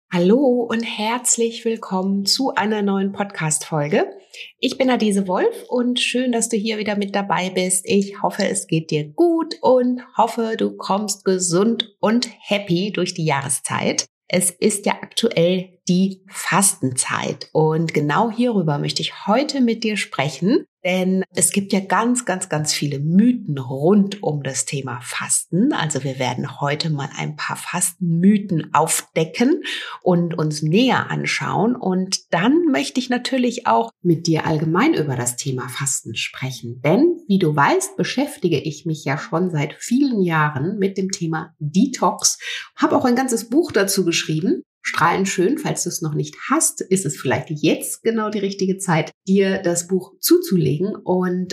Hallo und herzlich willkommen zu einer neuen Podcast-Folge. Ich bin Adese Wolf und schön, dass du hier wieder mit dabei bist. Ich hoffe, es geht dir gut und hoffe, du kommst gesund und happy durch die Jahreszeit. Es ist ja aktuell die Fastenzeit und genau hierüber möchte ich heute mit dir sprechen, denn es gibt ja ganz viele Mythen rund um das Thema Fasten. Also wir werden heute mal ein paar Fastenmythen aufdecken und uns näher anschauen. Und dann möchte ich natürlich auch mit dir allgemein über das Thema Fasten sprechen. Denn, wie du weißt, beschäftige ich mich ja schon seit vielen Jahren mit dem Thema Detox. Habe auch ein ganzes Buch dazu geschrieben. Strahlend schön, falls du es noch nicht hast, ist es vielleicht jetzt genau die richtige Zeit, dir das Buch zuzulegen. Und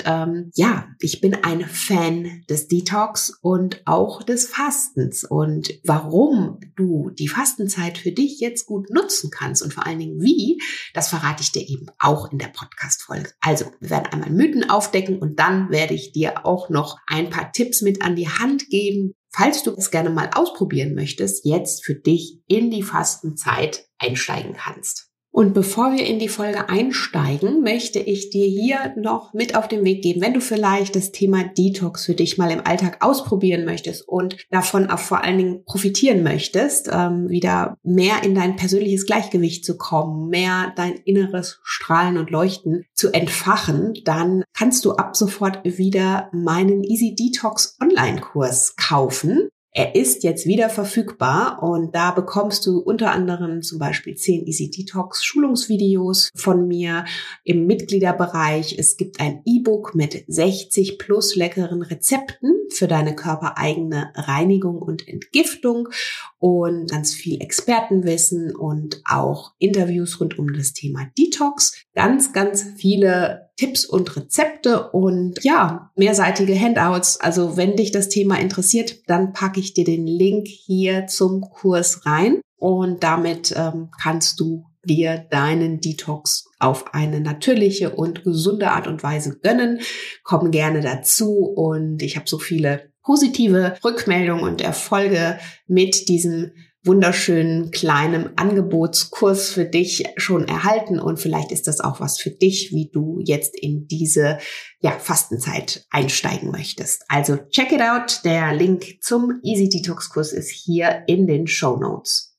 ich bin ein Fan des Detox und auch des Fastens. Und warum du die Fastenzeit für dich jetzt gut nutzen kannst und vor allen Dingen wie, das verrate ich dir eben auch in der Podcast-Folge. Also, wir werden einmal Mythen aufdecken und dann werde ich dir auch noch ein paar Tipps mit an die Hand geben, falls du es gerne mal ausprobieren möchtest, jetzt für dich in die Fastenzeit einsteigen kannst. Und bevor wir in die Folge einsteigen, möchte ich dir hier noch mit auf den Weg geben, wenn du vielleicht das Thema Detox für dich mal im Alltag ausprobieren möchtest und davon auch vor allen Dingen profitieren möchtest, wieder mehr in dein persönliches Gleichgewicht zu kommen, mehr dein inneres Strahlen und Leuchten zu entfachen, dann kannst du ab sofort wieder meinen Easy Detox Online-Kurs kaufen. Er ist jetzt wieder verfügbar und da bekommst du unter anderem zum Beispiel 10 Easy Detox Schulungsvideos von mir im Mitgliederbereich. Es gibt ein E-Book mit 60 plus leckeren Rezepten für deine körpereigene Reinigung und Entgiftung und ganz viel Expertenwissen und auch Interviews rund um das Thema Detox. Ganz viele Tipps und Rezepte und mehrseitige Handouts. Also wenn dich das Thema interessiert, dann packe ich dir den Link hier zum Kurs rein und damit kannst du dir deinen Detox auf eine natürliche und gesunde Art und Weise gönnen. Komm gerne dazu und ich habe so viele positive Rückmeldungen und Erfolge mit diesem wunderschönen kleinen Angebotskurs für dich schon erhalten und vielleicht ist das auch was für dich, wie du jetzt in diese Fastenzeit einsteigen möchtest. Also check it out, der Link zum Easy Detox Kurs ist hier in den Shownotes.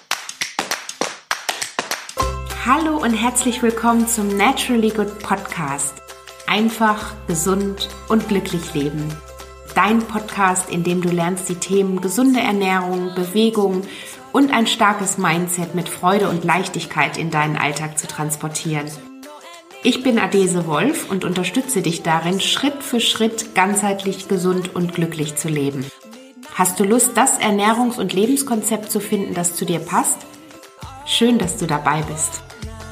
Hallo und herzlich willkommen zum Naturally Good Podcast. Einfach, gesund und glücklich leben. Dein Podcast, in dem du lernst, die Themen gesunde Ernährung, Bewegung und ein starkes Mindset mit Freude und Leichtigkeit in deinen Alltag zu transportieren. Ich bin Adese Wolf und unterstütze dich darin, Schritt für Schritt ganzheitlich gesund und glücklich zu leben. Hast du Lust, das Ernährungs- und Lebenskonzept zu finden, das zu dir passt? Schön, dass du dabei bist.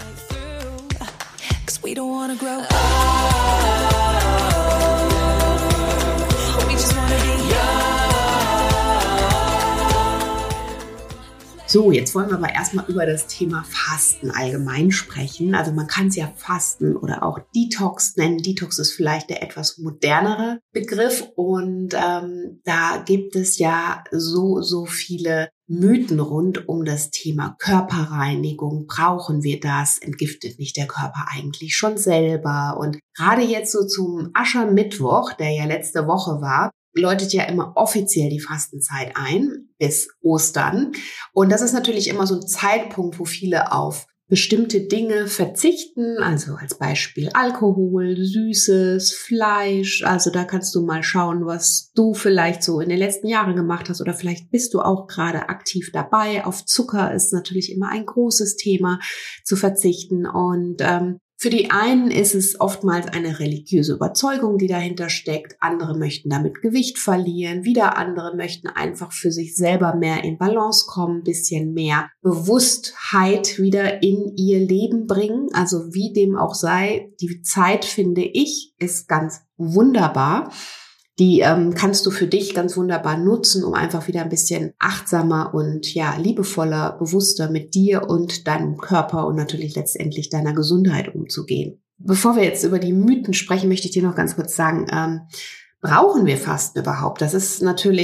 So, jetzt wollen wir aber erstmal über das Thema Fasten allgemein sprechen. Also man kann es ja Fasten oder auch Detox nennen. Detox ist vielleicht der etwas modernere Begriff und da gibt es ja so viele Mythen rund um das Thema Körperreinigung. Brauchen wir das? Entgiftet nicht der Körper eigentlich schon selber? Und gerade jetzt so zum Aschermittwoch, der ja letzte Woche war, läutet ja immer offiziell die Fastenzeit ein bis Ostern. Und das ist natürlich immer so ein Zeitpunkt, wo viele auf bestimmte Dinge verzichten, also als Beispiel Alkohol, Süßes, Fleisch. Also da kannst du mal schauen, was du vielleicht so in den letzten Jahren gemacht hast oder vielleicht bist du auch gerade aktiv dabei. Auf Zucker ist natürlich immer ein großes Thema zu verzichten und für die einen ist es oftmals eine religiöse Überzeugung, die dahinter steckt. Andere möchten damit Gewicht verlieren. Wieder andere möchten einfach für sich selber mehr in Balance kommen, ein bisschen mehr Bewusstheit wieder in ihr Leben bringen. Also wie dem auch sei, die Zeit, finde ich, ist ganz wunderbar. Die kannst du für dich ganz wunderbar nutzen, um einfach wieder ein bisschen achtsamer und liebevoller, bewusster mit dir und deinem Körper und natürlich letztendlich deiner Gesundheit umzugehen. Bevor wir jetzt über die Mythen sprechen, möchte ich dir noch ganz kurz sagen, brauchen wir Fasten überhaupt? Das ist natürlich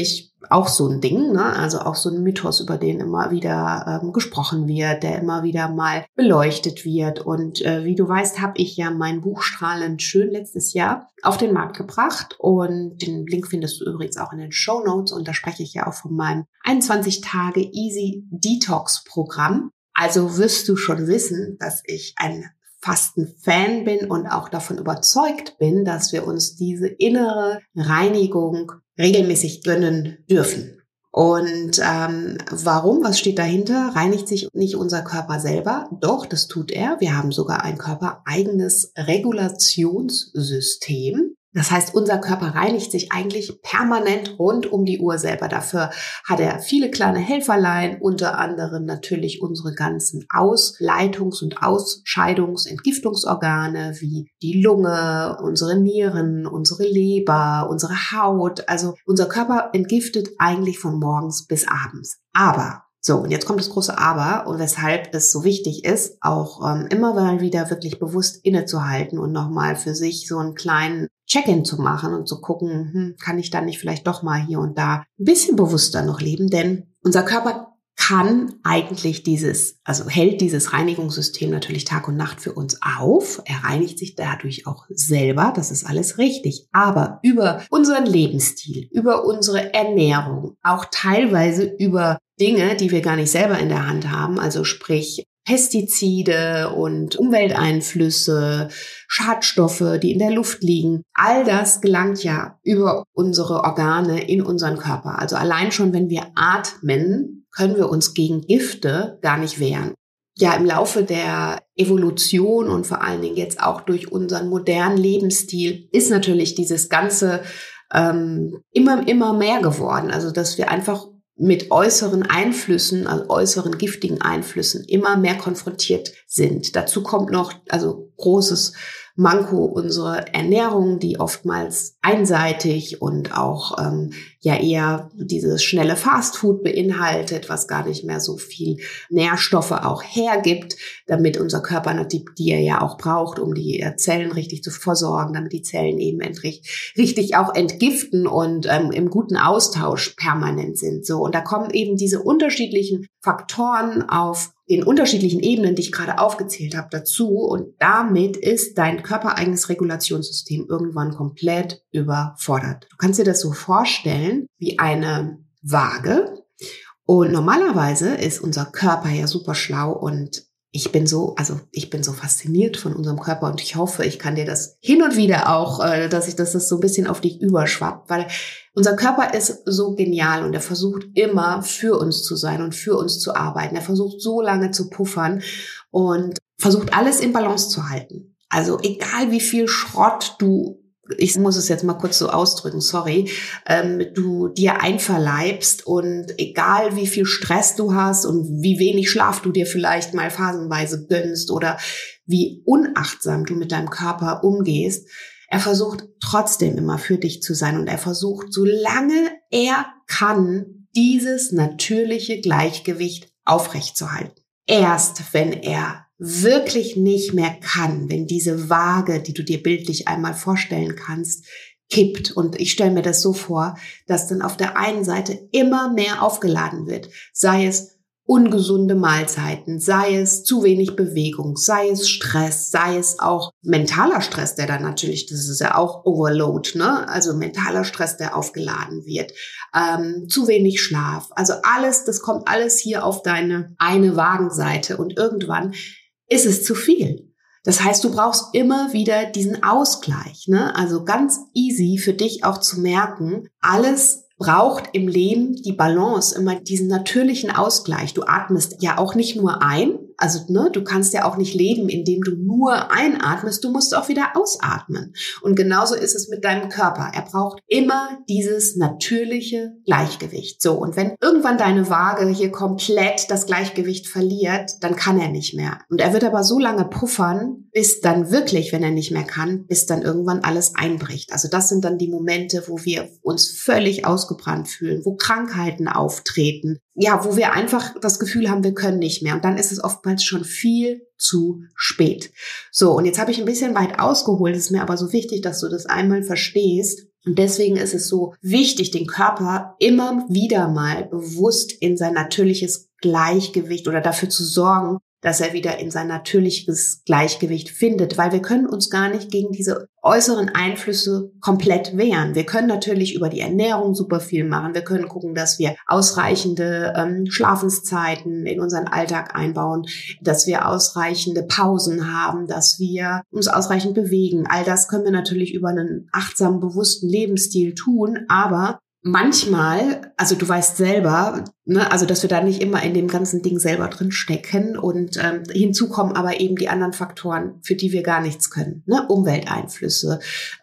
auch so ein Ding, ne? Also auch so ein Mythos, über den immer wieder gesprochen wird, der immer wieder mal beleuchtet wird. Und wie du weißt, habe ich ja mein Buch Strahlend Schön letztes Jahr auf den Markt gebracht. Und den Link findest du übrigens auch in den Shownotes. Und da spreche ich ja auch von meinem 21 Tage Easy Detox Programm. Also wirst du schon wissen, dass ich ein Fasten-Fan bin und auch davon überzeugt bin, dass wir uns diese innere Reinigung regelmäßig gönnen dürfen. Und warum? Was steht dahinter? Reinigt sich nicht unser Körper selber? Doch, das tut er. Wir haben sogar ein körpereigenes Regulationssystem. Das heißt, unser Körper reinigt sich eigentlich permanent rund um die Uhr selber. Dafür hat er viele kleine Helferlein, unter anderem natürlich unsere ganzen Ausleitungs- und Entgiftungsorgane wie die Lunge, unsere Nieren, unsere Leber, unsere Haut. Also unser Körper entgiftet eigentlich von morgens bis abends. Aber so, und jetzt kommt das große Aber und weshalb es so wichtig ist, auch immer mal wieder wirklich bewusst innezuhalten und nochmal für sich so einen kleinen Check-in zu machen und zu gucken, kann ich dann nicht vielleicht doch mal hier und da ein bisschen bewusster noch leben, denn unser Körper kann eigentlich hält dieses Reinigungssystem natürlich Tag und Nacht für uns auf. Er reinigt sich dadurch auch selber, das ist alles richtig. Aber über unseren Lebensstil, über unsere Ernährung, auch teilweise über Dinge, die wir gar nicht selber in der Hand haben, also sprich Pestizide und Umwelteinflüsse, Schadstoffe, die in der Luft liegen. All das gelangt ja über unsere Organe in unseren Körper. Also allein schon, wenn wir atmen, können wir uns gegen Gifte gar nicht wehren. Ja, im Laufe der Evolution und vor allen Dingen jetzt auch durch unseren modernen Lebensstil ist natürlich dieses Ganze immer mehr geworden. Also dass wir einfach mit äußeren Einflüssen, also äußeren giftigen Einflüssen immer mehr konfrontiert sind. Dazu kommt noch, also großes Manko unsere Ernährung, die oftmals einseitig und auch eher dieses schnelle Fastfood beinhaltet, was gar nicht mehr so viel Nährstoffe auch hergibt, damit unser Körper, die er ja auch braucht, um die Zellen richtig zu versorgen, damit die Zellen eben richtig auch entgiften und im guten Austausch permanent sind. So, und da kommen eben diese unterschiedlichen Faktoren auf den unterschiedlichen Ebenen, die ich gerade aufgezählt habe, dazu. Und damit ist dein körpereigenes Regulationssystem irgendwann komplett überfordert. Du kannst dir das so vorstellen wie eine Waage. Und normalerweise ist unser Körper ja super schlau und ich bin so fasziniert von unserem Körper und ich hoffe, ich kann dir das hin und wieder auch, dass das so ein bisschen auf dich überschwappt, weil unser Körper ist so genial und er versucht immer für uns zu sein und für uns zu arbeiten. Er versucht so lange zu puffern und versucht alles in Balance zu halten. Also egal wie viel Schrott ich muss es jetzt mal kurz so ausdrücken, sorry, du dir einverleibst und egal wie viel Stress du hast und wie wenig Schlaf du dir vielleicht mal phasenweise gönnst oder wie unachtsam du mit deinem Körper umgehst, er versucht trotzdem immer für dich zu sein und er versucht, solange er kann, dieses natürliche Gleichgewicht aufrechtzuerhalten. Erst wenn er wirklich nicht mehr kann, wenn diese Waage, die du dir bildlich einmal vorstellen kannst, kippt. Und ich stelle mir das so vor, dass dann auf der einen Seite immer mehr aufgeladen wird, sei es ungesunde Mahlzeiten, sei es zu wenig Bewegung, sei es Stress, sei es auch mentaler Stress, der dann natürlich, das ist ja auch Overload, ne? Also mentaler Stress, der aufgeladen wird, zu wenig Schlaf. Also das kommt alles hier auf deine eine Wagenseite und irgendwann ist es zu viel. Das heißt, du brauchst immer wieder diesen Ausgleich, ne? Also ganz easy für dich auch zu merken, alles braucht im Leben die Balance, immer diesen natürlichen Ausgleich. Du atmest ja auch nicht nur ein, also du kannst ja auch nicht leben, indem du nur einatmest, du musst auch wieder ausatmen. Und genauso ist es mit deinem Körper. Er braucht immer dieses natürliche Gleichgewicht. So, und wenn irgendwann deine Waage hier komplett das Gleichgewicht verliert, dann kann er nicht mehr. Und er wird aber so lange puffern, bis dann wirklich, wenn er nicht mehr kann, bis dann irgendwann alles einbricht. Also das sind dann die Momente, wo wir uns völlig ausgebrannt fühlen, wo Krankheiten auftreten, ja, wo wir einfach das Gefühl haben, wir können nicht mehr. Und dann ist es oftmals schon viel zu spät. So, und jetzt habe ich ein bisschen weit ausgeholt. Es ist mir aber so wichtig, dass du das einmal verstehst, Und deswegen ist es so wichtig, den Körper immer wieder mal bewusst in sein natürliches Gleichgewicht oder dafür zu sorgen, dass er wieder in sein natürliches Gleichgewicht findet, weil wir können uns gar nicht gegen diese äußeren Einflüsse komplett wehren. Wir können natürlich über die Ernährung super viel machen. Wir können gucken, dass wir ausreichende Schlafenszeiten in unseren Alltag einbauen, dass wir ausreichende Pausen haben, dass wir uns ausreichend bewegen. All das können wir natürlich über einen achtsamen, bewussten Lebensstil tun, aber manchmal, also du weißt selber, ne, also dass wir da nicht immer in dem ganzen Ding selber drin stecken und hinzu kommen aber eben die anderen Faktoren, für die wir gar nichts können, ne? Umwelteinflüsse,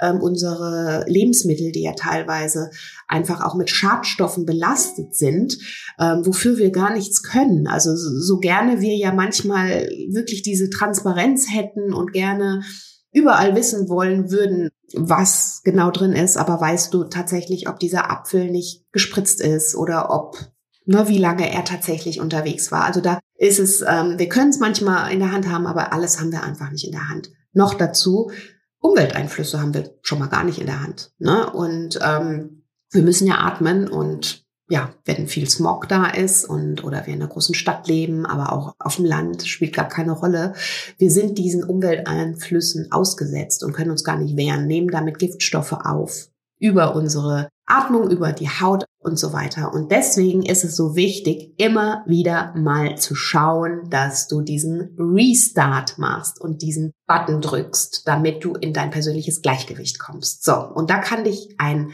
unsere Lebensmittel, die ja teilweise einfach auch mit Schadstoffen belastet sind, wofür wir gar nichts können. Also so gerne wir ja manchmal wirklich diese Transparenz hätten und gerne überall wissen wollen würden, was genau drin ist, aber weißt du tatsächlich, ob dieser Apfel nicht gespritzt ist oder ob, ne, wie lange er tatsächlich unterwegs war. Also da ist es, wir können es manchmal in der Hand haben, aber alles haben wir einfach nicht in der Hand. Noch dazu, Umwelteinflüsse haben wir schon mal gar nicht in der Hand, ne? Und wir müssen ja atmen und ja, wenn viel Smog da ist oder wir in einer großen Stadt leben, aber auch auf dem Land, spielt gar keine Rolle. Wir sind diesen Umwelteinflüssen ausgesetzt und können uns gar nicht wehren, nehmen damit Giftstoffe auf, über unsere Atmung, über die Haut und so weiter. Und deswegen ist es so wichtig, immer wieder mal zu schauen, dass du diesen Restart machst und diesen Button drückst, damit du in dein persönliches Gleichgewicht kommst. So, und da kann dich ein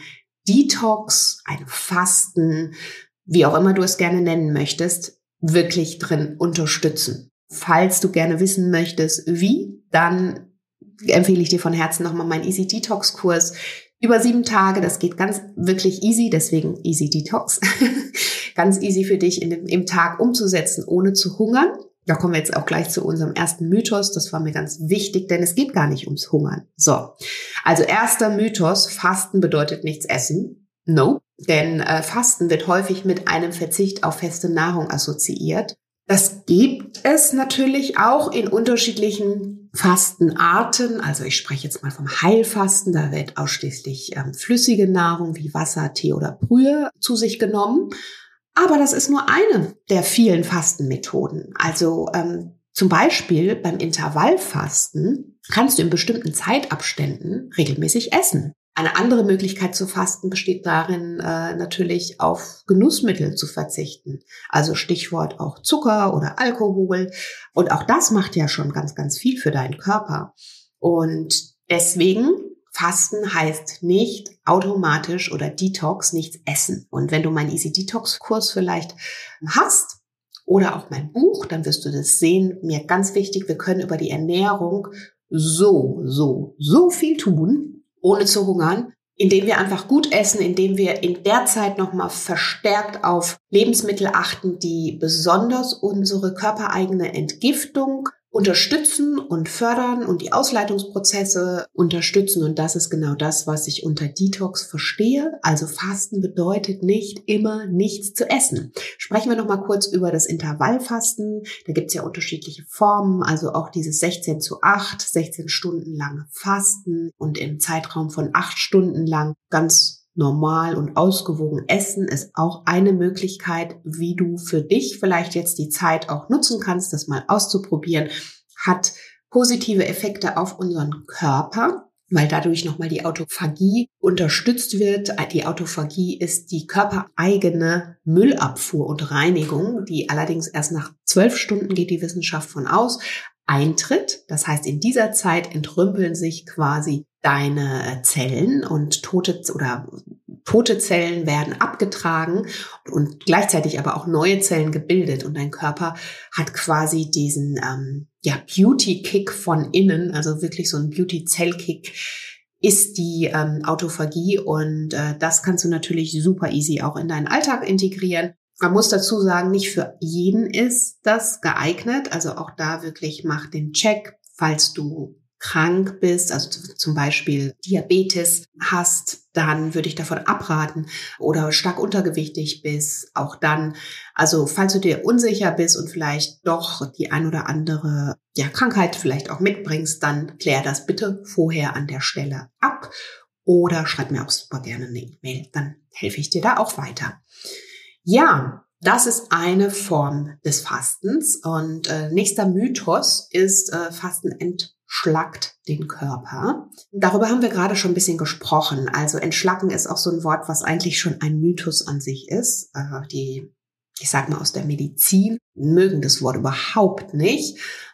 Detox, ein Fasten, wie auch immer du es gerne nennen möchtest, wirklich drin unterstützen. Falls du gerne wissen möchtest, wie, dann empfehle ich dir von Herzen nochmal meinen Easy Detox Kurs über 7 Tage. Das geht ganz wirklich easy, deswegen Easy Detox. Ganz easy für dich im Tag umzusetzen, ohne zu hungern. Da kommen wir jetzt auch gleich zu unserem ersten Mythos. Das war mir ganz wichtig, denn es geht gar nicht ums Hungern. So, also erster Mythos, Fasten bedeutet nichts essen. No, denn Fasten wird häufig mit einem Verzicht auf feste Nahrung assoziiert. Das gibt es natürlich auch in unterschiedlichen Fastenarten. Also ich spreche jetzt mal vom Heilfasten. Da wird ausschließlich flüssige Nahrung wie Wasser, Tee oder Brühe zu sich genommen. Aber das ist nur eine der vielen Fastenmethoden. Also zum Beispiel beim Intervallfasten kannst du in bestimmten Zeitabständen regelmäßig essen. Eine andere Möglichkeit zu fasten besteht darin, natürlich auf Genussmittel zu verzichten. Also Stichwort auch Zucker oder Alkohol. Und auch das macht ja schon ganz, ganz viel für deinen Körper. Und deswegen Fasten heißt nicht automatisch oder Detox, nichts essen. Und wenn du meinen Easy Detox Kurs vielleicht hast oder auch mein Buch, dann wirst du das sehen. Mir ganz wichtig, wir können über die Ernährung so viel tun, ohne zu hungern, indem wir einfach gut essen, indem wir in der Zeit nochmal verstärkt auf Lebensmittel achten, die besonders unsere körpereigene Entgiftung unterstützen und fördern und die Ausleitungsprozesse unterstützen. Und das ist genau das, was ich unter Detox verstehe. Also Fasten bedeutet nicht immer nichts zu essen. Sprechen wir noch mal kurz über das Intervallfasten. Da gibt es ja unterschiedliche Formen, also auch dieses 16:8, 16 Stunden lang Fasten und im Zeitraum von 8 Stunden lang ganz normal und ausgewogen essen ist auch eine Möglichkeit, wie du für dich vielleicht jetzt die Zeit auch nutzen kannst, das mal auszuprobieren, hat positive Effekte auf unseren Körper, weil dadurch nochmal die Autophagie unterstützt wird. Die Autophagie ist die körpereigene Müllabfuhr und Reinigung, die allerdings erst nach 12 Stunden, geht die Wissenschaft von aus, eintritt. Das heißt, in dieser Zeit entrümpeln sich quasi deine Zellen und tote Zellen werden abgetragen und gleichzeitig aber auch neue Zellen gebildet und dein Körper hat quasi diesen Beauty-Kick von innen, also wirklich so ein Beauty-Zell-Kick ist die Autophagie und das kannst du natürlich super easy auch in deinen Alltag integrieren. Man muss dazu sagen, nicht für jeden ist das geeignet, also auch da wirklich mach den Check, falls du krank bist, also zum Beispiel Diabetes hast, dann würde ich davon abraten oder stark untergewichtig bist, auch dann, also falls du dir unsicher bist und vielleicht doch die ein oder andere Krankheit vielleicht auch mitbringst, dann klär das bitte vorher an der Stelle ab oder schreib mir auch super gerne eine E-Mail, dann helfe ich dir da auch weiter. Ja, das ist eine Form des Fastens und nächster Mythos ist, Fasten entschlackt den Körper. Darüber haben wir gerade schon ein bisschen gesprochen. Also entschlacken ist auch so ein Wort, was eigentlich schon ein Mythos an sich ist. Ich sag mal aus der Medizin, mögen das Wort überhaupt nicht.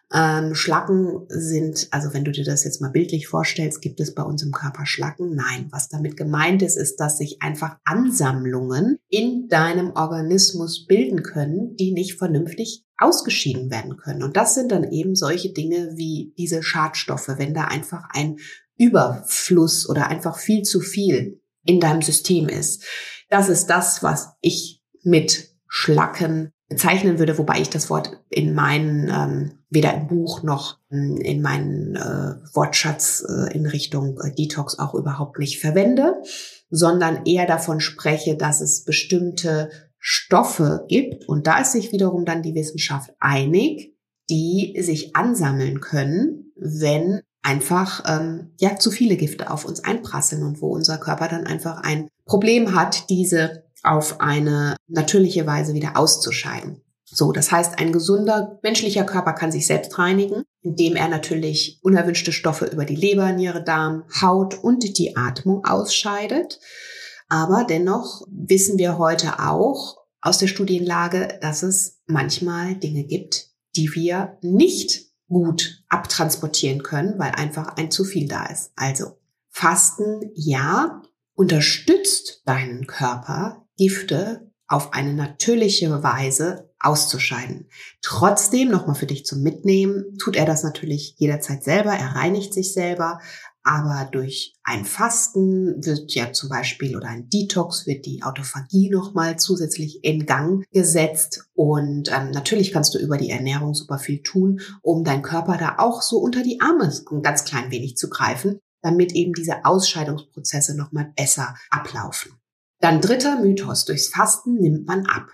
Schlacken sind, also wenn du dir das jetzt mal bildlich vorstellst, gibt es bei uns im Körper Schlacken? Nein, was damit gemeint ist, dass sich einfach Ansammlungen in deinem Organismus bilden können, die nicht vernünftig ausgeschieden werden können. Und das sind dann eben solche Dinge wie diese Schadstoffe, wenn da einfach ein Überfluss oder einfach viel zu viel in deinem System ist. Das ist das, was ich mit Schlacken bezeichnen würde, wobei ich das Wort in meinen, weder im Buch noch in meinen Wortschatz in Richtung Detox auch überhaupt nicht verwende, sondern eher davon spreche, dass es bestimmte Stoffe gibt, und da ist sich wiederum dann die Wissenschaft einig, die sich ansammeln können, wenn einfach zu viele Gifte auf uns einprasseln und wo unser Körper dann einfach ein Problem hat, diese auf eine natürliche Weise wieder auszuscheiden. So, das heißt, ein gesunder menschlicher Körper kann sich selbst reinigen, indem er natürlich unerwünschte Stoffe über die Leber, Niere, Darm, Haut und die Atmung ausscheidet. Aber dennoch wissen wir heute auch aus der Studienlage, dass es manchmal Dinge gibt, die wir nicht gut abtransportieren können, weil einfach ein zu viel da ist. Also Fasten, ja, unterstützt deinen Körper, Gifte auf eine natürliche Weise auszuscheiden. Trotzdem, nochmal für dich zum Mitnehmen, tut er das natürlich jederzeit selber, er reinigt sich selber, aber durch ein Fasten wird ja zum Beispiel oder ein Detox wird die Autophagie nochmal zusätzlich in Gang gesetzt und natürlich kannst du über die Ernährung super viel tun, um deinen Körper da auch so unter die Arme ein ganz klein wenig zu greifen, damit eben diese Ausscheidungsprozesse nochmal besser ablaufen. Dann dritter Mythos, durchs Fasten nimmt man ab.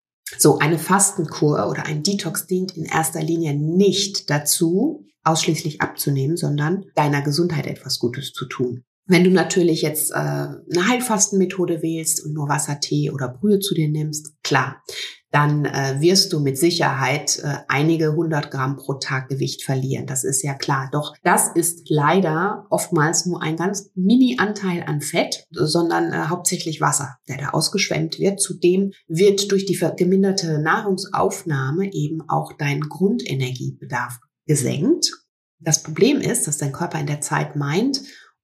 So, eine Fastenkur oder ein Detox dient in erster Linie nicht dazu, ausschließlich abzunehmen, sondern deiner Gesundheit etwas Gutes zu tun. Wenn du natürlich jetzt eine Heilfastenmethode wählst und nur Wasser, Tee oder Brühe zu dir nimmst, klar, dann wirst du mit Sicherheit einige 100 Gramm pro Tag Gewicht verlieren. Das ist ja klar. Doch das ist leider oftmals nur ein ganz Mini-Anteil an Fett, sondern hauptsächlich Wasser, der da ausgeschwemmt wird. Zudem wird durch die geminderte Nahrungsaufnahme eben auch dein Grundenergiebedarf gesenkt. Das Problem ist, dass dein Körper in der Zeit meint,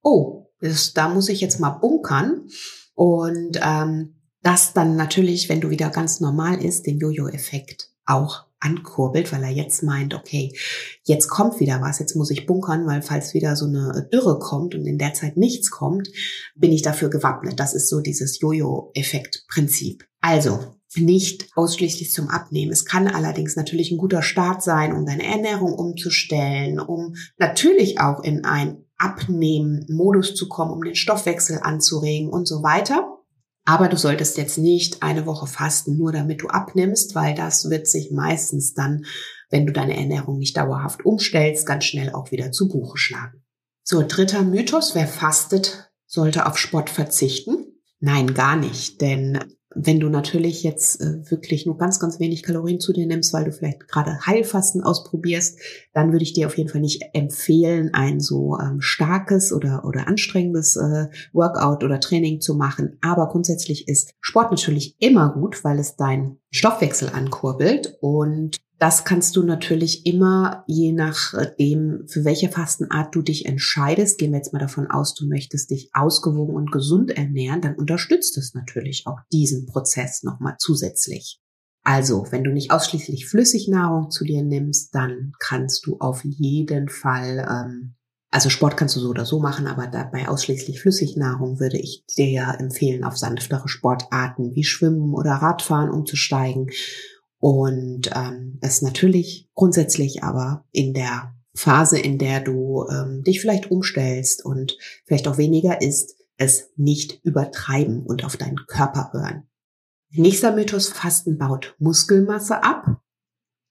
da muss ich jetzt mal bunkern und das dann natürlich, wenn du wieder ganz normal ist, den Jojo-Effekt auch ankurbelt, weil er jetzt meint, okay, jetzt kommt wieder was, jetzt muss ich bunkern, weil falls wieder so eine Dürre kommt und in der Zeit nichts kommt, bin ich dafür gewappnet. Das ist so dieses Jojo-Effekt-Prinzip. Also nicht ausschließlich zum Abnehmen. Es kann allerdings natürlich ein guter Start sein, um deine Ernährung umzustellen, um natürlich auch in einen Abnehmen-Modus zu kommen, um den Stoffwechsel anzuregen und so weiter. Aber du solltest jetzt nicht eine Woche fasten, nur damit du abnimmst, weil das wird sich meistens dann, wenn du deine Ernährung nicht dauerhaft umstellst, ganz schnell auch wieder zu Buche schlagen. So, dritter Mythos, wer fastet, sollte auf Sport verzichten. Nein, gar nicht, denn wenn du natürlich jetzt wirklich nur ganz, ganz wenig Kalorien zu dir nimmst, weil du vielleicht gerade Heilfasten ausprobierst, dann würde ich dir auf jeden Fall nicht empfehlen, ein so starkes oder anstrengendes Workout oder Training zu machen. Aber grundsätzlich ist Sport natürlich immer gut, weil es deinen Stoffwechsel ankurbelt, und das kannst du natürlich immer, je nachdem, für welche Fastenart du dich entscheidest. Gehen wir jetzt mal davon aus, du möchtest dich ausgewogen und gesund ernähren, dann unterstützt es natürlich auch diesen Prozess nochmal zusätzlich. Also, wenn du nicht ausschließlich Flüssignahrung zu dir nimmst, dann kannst du auf jeden Fall, also Sport kannst du so oder so machen, aber bei ausschließlich Flüssignahrung würde ich dir ja empfehlen, auf sanftere Sportarten wie Schwimmen oder Radfahren umzusteigen. Und es natürlich grundsätzlich aber in der Phase, in der du dich vielleicht umstellst und vielleicht auch weniger isst, es nicht übertreiben und auf deinen Körper hören. Nächster Mythos, Fasten baut Muskelmasse ab.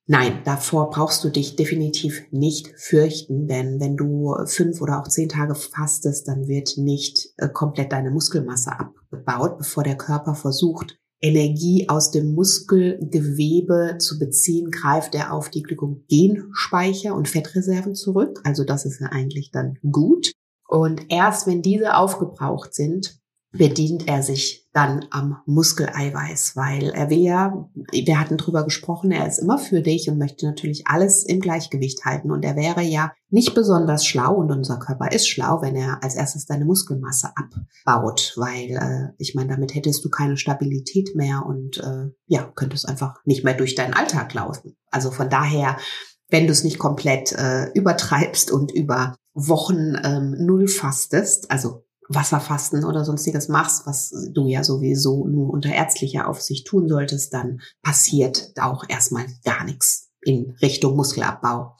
Nein, davor brauchst du dich definitiv nicht fürchten, denn wenn du 5 oder auch 10 Tage fastest, dann wird nicht komplett deine Muskelmasse abgebaut, bevor der Körper versucht, Energie aus dem Muskelgewebe zu beziehen, greift er auf die Glykogenspeicher und Fettreserven zurück. Also das ist ja eigentlich dann gut. Und erst wenn diese aufgebraucht sind, bedient er sich dann am Muskeleiweiß, weil er will ja, wir hatten drüber gesprochen, er ist immer für dich und möchte natürlich alles im Gleichgewicht halten. Und er wäre ja nicht besonders schlau, und unser Körper ist schlau, wenn er als erstes deine Muskelmasse abbaut, weil ich meine, damit hättest du keine Stabilität mehr und könntest einfach nicht mehr durch deinen Alltag laufen. Also von daher, wenn du es nicht komplett übertreibst und über Wochen null fastest, also Wasserfasten oder sonstiges machst, was du ja sowieso nur unter ärztlicher Aufsicht tun solltest, dann passiert auch erstmal gar nichts in Richtung Muskelabbau.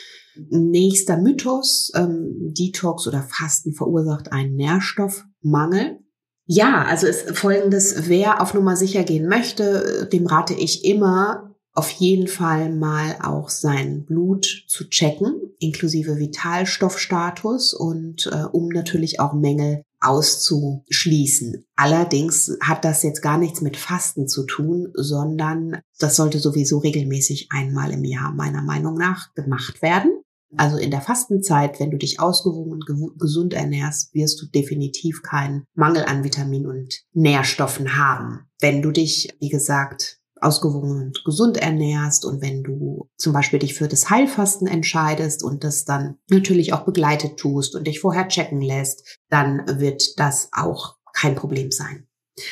Nächster Mythos, Detox oder Fasten verursacht einen Nährstoffmangel. Ja, also ist Folgendes: Wer auf Nummer sicher gehen möchte, dem rate ich immer, auf jeden Fall mal auch sein Blut zu checken, inklusive Vitalstoffstatus und um natürlich auch Mängel auszuschließen. Allerdings hat das jetzt gar nichts mit Fasten zu tun, sondern das sollte sowieso regelmäßig einmal im Jahr meiner Meinung nach gemacht werden. Also in der Fastenzeit, wenn du dich ausgewogen und gesund ernährst, wirst du definitiv keinen Mangel an Vitaminen und Nährstoffen haben. Wenn du dich, wie gesagt, ausgewogen und gesund ernährst und wenn du zum Beispiel dich für das Heilfasten entscheidest und das dann natürlich auch begleitet tust und dich vorher checken lässt, dann wird das auch kein Problem sein.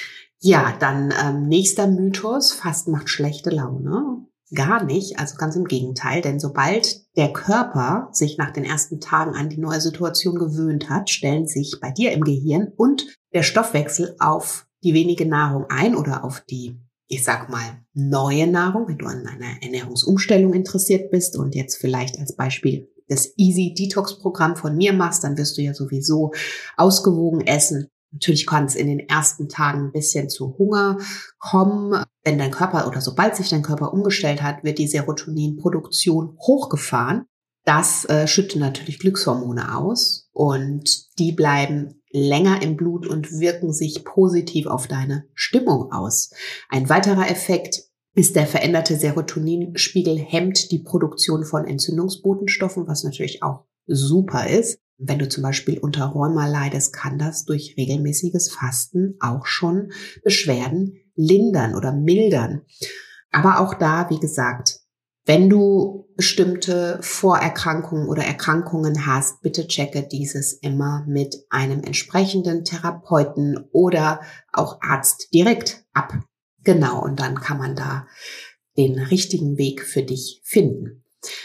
Ja, dann nächster Mythos: Fasten macht schlechte Laune. Gar nicht, also ganz im Gegenteil, denn sobald der Körper sich nach den ersten Tagen an die neue Situation gewöhnt hat, stellen sich bei dir im Gehirn und der Stoffwechsel auf die wenige Nahrung ein oder auf die, ich sag mal, neue Nahrung, wenn du an einer Ernährungsumstellung interessiert bist und jetzt vielleicht als Beispiel das Easy Detox Programm von mir machst, dann wirst du ja sowieso ausgewogen essen. Natürlich kann es in den ersten Tagen ein bisschen zu Hunger kommen. Wenn dein Körper oder sobald sich dein Körper umgestellt hat, wird die Serotoninproduktion hochgefahren. Das schüttet natürlich Glückshormone aus und die bleiben länger im Blut und wirken sich positiv auf deine Stimmung aus. Ein weiterer Effekt ist, der veränderte Serotoninspiegel hemmt die Produktion von Entzündungsbotenstoffen, was natürlich auch super ist. Wenn du zum Beispiel unter Rheuma leidest, kann das durch regelmäßiges Fasten auch schon Beschwerden lindern oder mildern. Aber auch da, wie gesagt, wenn du bestimmte Vorerkrankungen oder Erkrankungen hast, bitte checke dieses immer mit einem entsprechenden Therapeuten oder auch Arzt direkt ab. Genau, und dann kann man da den richtigen Weg für dich finden.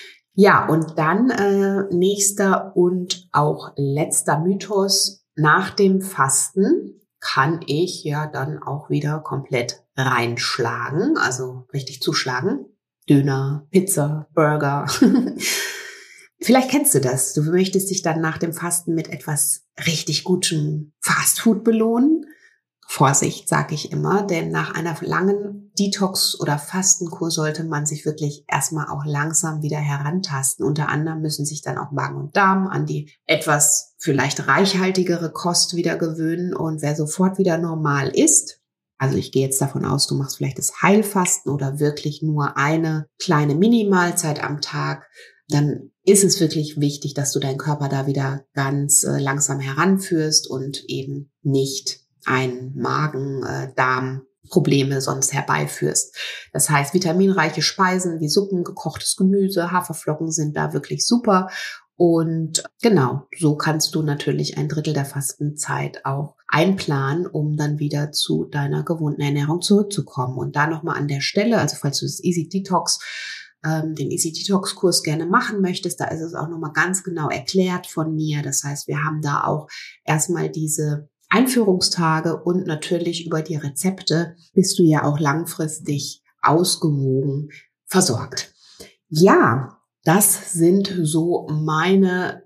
Ja, und dann nächster und auch letzter Mythos: Nach dem Fasten kann ich ja dann auch wieder komplett reinschlagen, also richtig zuschlagen. Döner, Pizza, Burger. Vielleicht kennst du das. Du möchtest dich dann nach dem Fasten mit etwas richtig gutem Fastfood belohnen. Vorsicht, sage ich immer, denn nach einer langen Detox- oder Fastenkur sollte man sich wirklich erstmal auch langsam wieder herantasten. Unter anderem müssen sich dann auch Magen und Darm an die etwas vielleicht reichhaltigere Kost wieder gewöhnen. Und wer sofort wieder normal isst, also ich gehe jetzt davon aus, du machst vielleicht das Heilfasten oder wirklich nur eine kleine Minimahlzeit am Tag, dann ist es wirklich wichtig, dass du deinen Körper da wieder ganz langsam heranführst und eben nicht ein Magen-Darm-Probleme sonst herbeiführst. Das heißt, vitaminreiche Speisen wie Suppen, gekochtes Gemüse, Haferflocken sind da wirklich super. Und genau, so kannst du natürlich ein Drittel der Fastenzeit auch einplanen, um dann wieder zu deiner gewohnten Ernährung zurückzukommen. Und da nochmal an der Stelle, also falls du das Easy Detox, den Easy Detox Kurs gerne machen möchtest, da ist es auch nochmal ganz genau erklärt von mir. Das heißt, wir haben da auch erstmal diese Einführungstage und natürlich über die Rezepte bist du ja auch langfristig ausgewogen versorgt. Ja, das sind so meine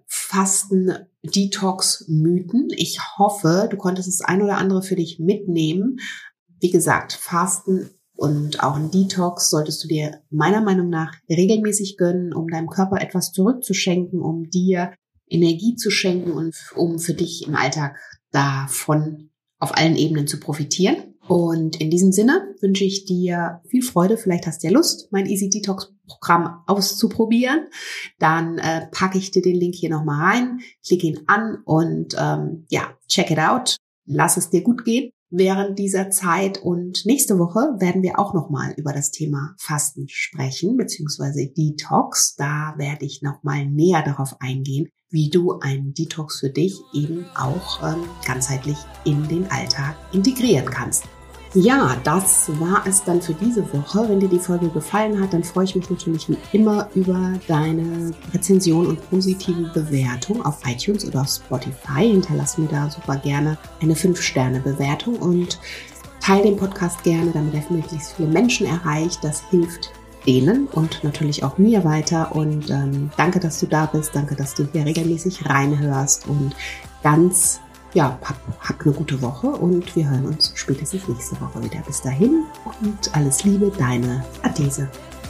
Fasten-Detox-Mythen. Ich hoffe, du konntest das ein oder andere für dich mitnehmen. Wie gesagt, Fasten Und auch ein Detox solltest du dir meiner Meinung nach regelmäßig gönnen, um deinem Körper etwas zurückzuschenken, um dir Energie zu schenken und um für dich im Alltag davon auf allen Ebenen zu profitieren. Und in diesem Sinne wünsche ich dir viel Freude. Vielleicht hast du ja Lust, mein Easy Detox Programm auszuprobieren. Dann packe ich dir den Link hier nochmal rein, klick ihn an und check it out. Lass es dir gut gehen während dieser Zeit. Und nächste Woche werden wir auch nochmal über das Thema Fasten sprechen, beziehungsweise Detox. Da werde ich nochmal näher darauf eingehen, wie du einen Detox für dich eben auch ganzheitlich in den Alltag integrieren kannst. Ja, das war es dann für diese Woche. Wenn dir die Folge gefallen hat, dann freue ich mich natürlich wie immer über deine Rezension und positive Bewertung auf iTunes oder auf Spotify. Hinterlass mir da super gerne eine 5-Sterne-Bewertung und teile den Podcast gerne, damit er möglichst viele Menschen erreicht. Das hilft denen und natürlich auch mir weiter. Und danke, dass du da bist. Danke, dass du hier regelmäßig reinhörst und hab eine gute Woche und wir hören uns spätestens nächste Woche wieder. Bis dahin und alles Liebe, deine Adese.